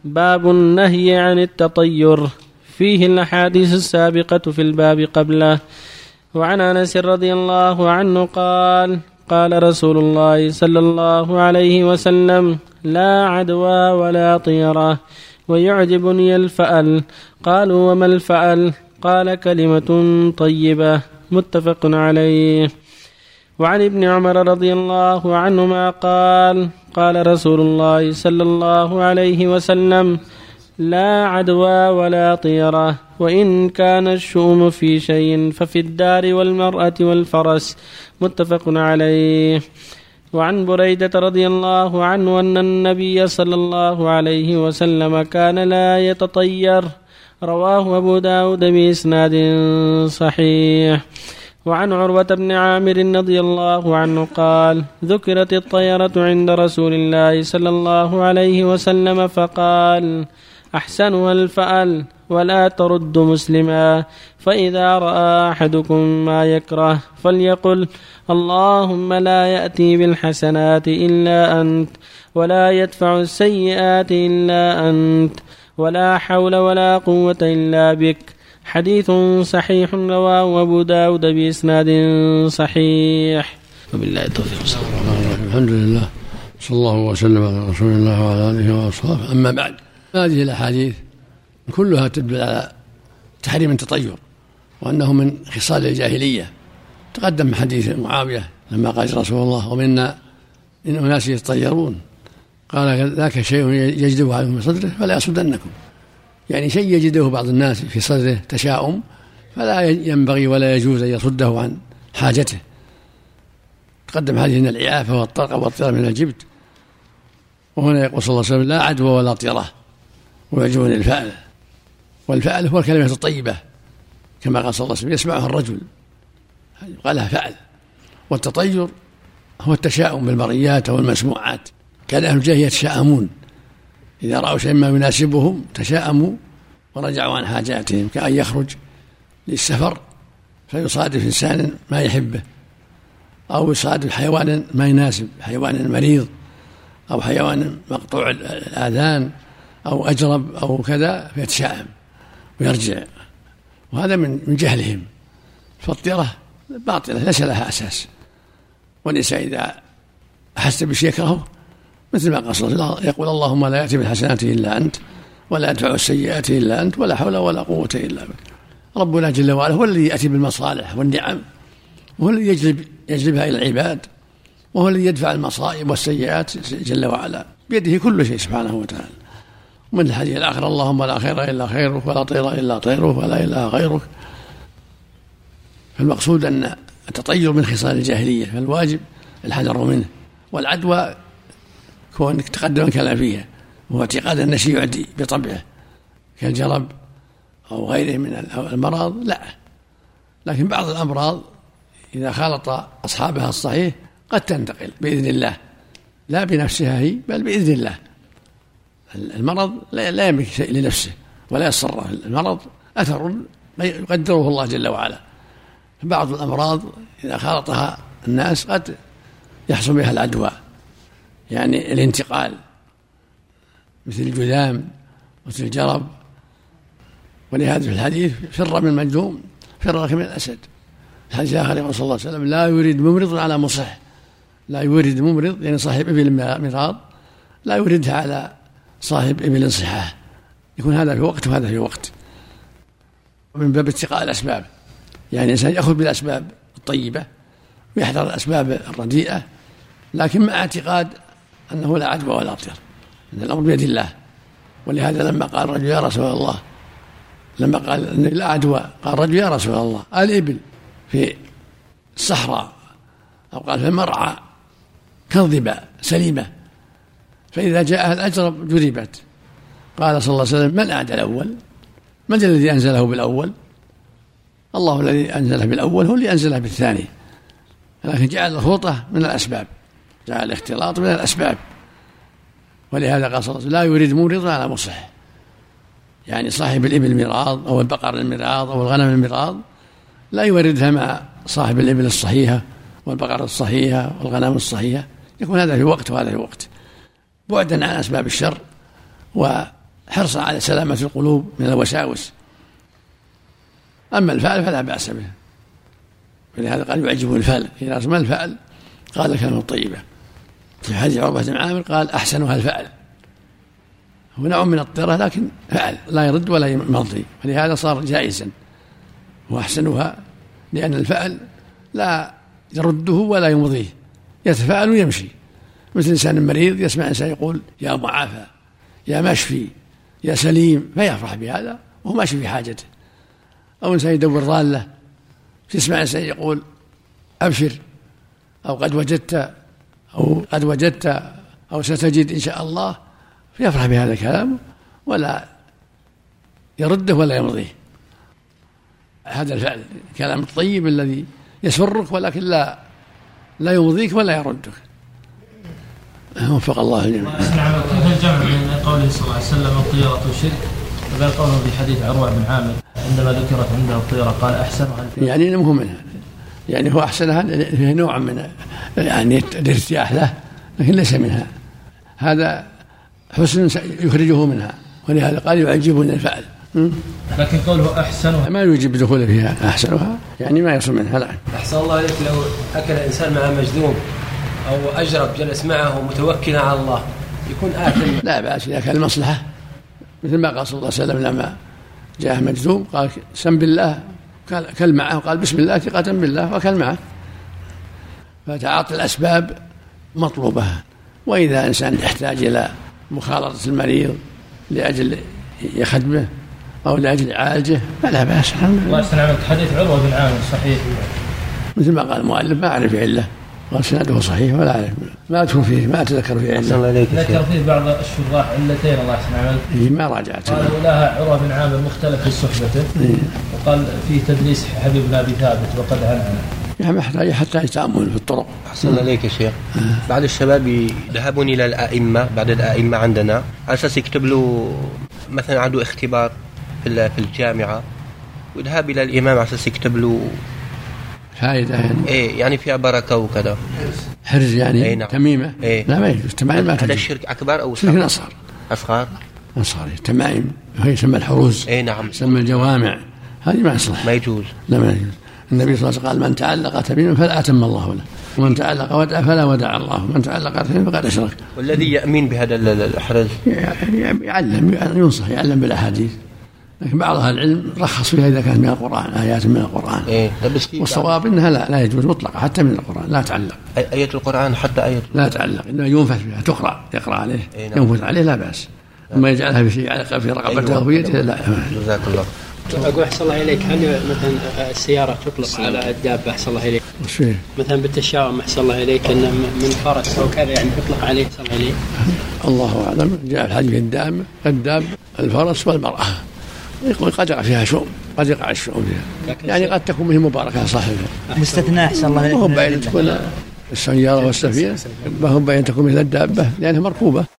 باب النهي عن التطير، فيه الأحاديث السابقة في الباب قبله. وعن أنس رضي الله عنه قال قال رسول الله صلى الله عليه وسلم: لا عدوى ولا طيرة، ويعجبني الفأل. قالوا: وما الفأل؟ قال: كلمة طيبة. متفق عليه. وعن ابن عمر رضي الله عنهما قال قال رسول الله صلى الله عليه وسلم: لا عدوى ولا طيرة، وإن كان الشؤم في شيء ففي الدار والمرأة والفرس. متفق عليه. وعن بريدة رضي الله عنه أن النبي صلى الله عليه وسلم كان لا يتطير. رواه أبو داود بإسناد صحيح. وعن عروة بن عامر رضي الله عنه قال: ذكرت الطيرة عند رسول الله صلى الله عليه وسلم فقال: أحسنها الفأل، ولا ترد مسلما، فإذا رأى أحدكم ما يكره فليقل: اللهم لا يأتي بالحسنات إلا أنت، ولا يدفع السيئات إلا أنت، ولا حول ولا قوة إلا بك. حديث صحيح رواه أبو داود بإسناد صحيح. وبالله التوفيق. الحمد لله، صلى الله وسلم على رسول الله وعلى آله وأصحابه. أما بعد، هذه الأحاديث كلها تدل على تحريم التطير، وأنه من خصال الجاهلية. تقدم حديث معاوية لما قال رسول الله: ومنا إن أناس يتطيرون، قال: ذاك شيء يجده عليهم في صدره فلا يصدنكم. يعني شيء يجده بعض الناس في صدره تشاؤم، فلا ينبغي ولا يجوز أن يصده عن حاجته. تقدم حديث إن العيافة والطرق والطيرة من الجبت. وهنا يقول صلى الله عليه وسلم: لا عدوى ولا طيرة، ويعجبني الفأل. والفأل هو الكلمة الطيبة، كما قال صلى الله عليه وسلم: يسمعها الرجل قالها فأل. والتطير هو التشاؤم بالمرئيات والمسموعات. كان أهل الجاهلية يتشاءمون، إذا رأوا شيء ما يناسبهم تشاءموا ورجعوا عن حاجاتهم، كأن يخرج للسفر فيصادف إنسان ما يحبه، أو يصادف حيوان ما يناسب، حيوان مريض أو حيوان مقطوع الآذان أو أجرب أو كذا، فيتشاءم ويرجع. وهذا من جهلهم. فالطيرة باطلة ليس لها أساس. والإنسان إذا أحس بشيء يكرهه، مثل ما قال الله: يقول: اللهم لا يأتي بالحسنات إلا أنت، ولا يدفع السيئات إلا أنت، ولا حول ولا قوة إلا بك. ربنا جل وعلا هو الذي يأتي بالمصالح والنعم، وهو الذي يجلبها إلى العباد، وهو الذي يدفع المصائب والسيئات جل وعلا، بيده كل شيء سبحانه وتعالى. ومن الحديث الآخر: اللهم لا خير إلا خيرك، ولا طير إلا طيرك، ولا إله غيرك. فالمقصود أن التطير من خصال الجاهلية، فالواجب الحذر منه. والعدوى كونك تقدم الكلام فيها، وهو اعتقاد أن شيء يعدي بطبعه كالجرب أو غيره من المرض، لا. لكن بعض الأمراض إذا خالط أصحابها الصحيح قد تنتقل بإذن الله، لا بنفسها هي بل بإذن الله. المرض لا يملك شيء لنفسه ولا يتصرف. المرض أثر يقدره الله جل وعلا. بعض الأمراض إذا خالطها الناس قد يحصل بها العدوى، يعني الانتقال، مثل الجذام مثل الجرب. ولهذا في الحديث: فر من المجذوم فرك من الأسد. الحديث الآخر يقول صلى الله عليه وسلم: لا يريد ممرض على مصح. لا يريد ممرض يعني صاحب إبل مراض، لا يريدها على صاحب إبل صحاح. يكون هذا في وقت وهذا في وقت، ومن باب اتقاء الأسباب. يعني الإنسان يأخذ بالأسباب الطيبة ويحذر الأسباب الرديئة، لكن مع اعتقاد أنه لا عدوى ولا طير، أن الأمر بيد الله. ولهذا لما قال الرجل: يا رسول الله، لما قال أن لا عدوى، قال الرجل: يا رسول الله، الإبل في الصحراء أو قال في المرعى كذبة سليمة، فإذا جاءها الأجرب جربت. قال صلى الله عليه وسلم: من أعدى الأول؟ من الذي أنزله بالأول؟ الله الذي أنزله بالأول هو اللي أنزله بالثاني، لكن جعل الخلطة من الأسباب، جعل الاختلاط من الأسباب. ولهذا قال صلى الله عليه وسلم: لا يريد ممرض على مصح. يعني صاحب الإبل المراض أو البقر المراض أو الغنم المراض لا يوردها مع صاحب الإبل الصحيحة والبقر الصحيحة والغنم الصحيحة. يكون هذا في وقت وهذا في وقت، بعدا عن أسباب الشر حرصا على سلامة القلوب من الوساوس. أما الفعل فلا بأس به، ولهذا قال يعجبه الفعل. إذا ما الفعل قال كلمة طيبة. في حديث عقبة بن عامر قال أحسنها الفعل، هو نوع من الطيرة لكن فعل لا يرد ولا يمضي، فلهذا صار جائزا وأحسنها، لأن الفعل لا يرده ولا يمضيه، يتفاعل ويمشي. مثل إنسان مريض يسمع إنسان يقول يا معافى يا مشفي يا سليم فيفرح بهذا وهو ماشي في حاجته. أو إنسان يدور ضالة يسمع إنسان يقول أبشر أو قد وجدت أو ستجد إن شاء الله، فيفرح بهذا الكلام ولا يرده ولا يمضيه. هذا الفعل الكلام الطيب الذي يسرك ولكن لا يمضيك ولا يردك. وفق الله الجميع. كيف الجمع بين قوله صلى الله عليه وسلم الطيرة شرك وبين قوله في حديث عروة بن عامر عندما ذكرت عنده الطيرة قال أحسنها الفعل؟ يعني نمه منها، يعني هو أحسنها فيه نوع من يعني الارتياح له، لكن ليس منها. هذا حسن يخرجه منها، ولهذا قال يعجبني الفعل. لكن قوله أحسنها ما يوجب دخوله فيها، أحسنها يعني ما يصل منها. لا. أحسن الله عليك، لو أكل إنسان مع مجذوم أو أجرب جلس معه متوكلا على الله يكون آثم؟ لا بأس إذا كان المصلحة، مثل ما قال صلى الله عليه وسلم لما جاء مجذوم قال سم بالله، كل معه قال بسم الله ثقة بالله وكل معه. فتعاطي الأسباب مطلوبة. وإذا إنسان يحتاج إلى مخالطة المريض لأجل يخدمه أو لأجل يعالجه فلا بأس. الله يسلمك. حديث عروة بن عامر صحيح مثل ما قال المؤلف ما أعرف علة، قال سنده صحيح ولا أعرف، ما أذكر فيه، ما أتذكر فيه علة. ذكر فيه بعض الشراح علتين الله يسلمك. ما راجعت. قال لها عروة بن عامر مختلف في صحبته، وقال فيه تدليس حبيب بن أبي ثابت وقد عنعنه. يعني محتاج حتى يتأمل في الطرق. أحسن عليك يا شيخ. بعض الشباب يذهبون إلى الأئمة، بعد الأئمة عندنا على أساس يكتب له مثلا عنده اختبار في الجامعة، ويذهب إلى الإمام على أساس يكتب له فائدة يعني. إيه يعني فيها بركة وكذا. حرز يعني. إيه نعم. تميمة. إيه. لا ما يجوز. تمائم ما تجوز. هذا الشرك أكبر أو شرك أصغر؟ أصغر. تمائم هي يسمى الحروز. إيه نعم. يسمى الجوامع، هذه ما يصلح. ما يجوز. لا ما يجوز. النبي صلى الله عليه وسلم قال من تعلق تميما فلا أتم الله له، ومن تعلق ودع فلا ودع الله، ومن تعلق تميما فقد أشرك. والذي يأمن بهذا الحرز يعلم ينصح يعلم بالأحاديث، لكن بعض أهل العلم رخص فيها إذا كانت من القرآن، آيات من القرآن. إيه. والصواب أنها لا يجوز مطلقا حتى من القرآن، لا تعلق. آية القرآن حتى آية لا تعلق، إنما ينفث فيها يقرأ عليه. إيه نعم. ينفث عليه لا بأس. أما يجعلها في يعلق في رقبته أو في يده لا. جزاك الله. أقول أحسن الله إليك، هل مثلا السيارة تطلق على الدابة أحسن الله إليك؟ مثلا بالتشاؤم أحسن الله إليك أن من فرس أو كذا يعني تطلق عليه أحسن الله إليك؟ الله أعلم. جاء الحديث الداب الفرس والمرأة، يقول قد يقع فيها شؤم، قد يقع الشؤم فيها، يعني قد تكون به مباركة صاحبها. مستثناء أحسن الله إليك. وهم بين تكون السيارة والسفينة، وهم بين تكون مثل الدابة لأنها مركوبة.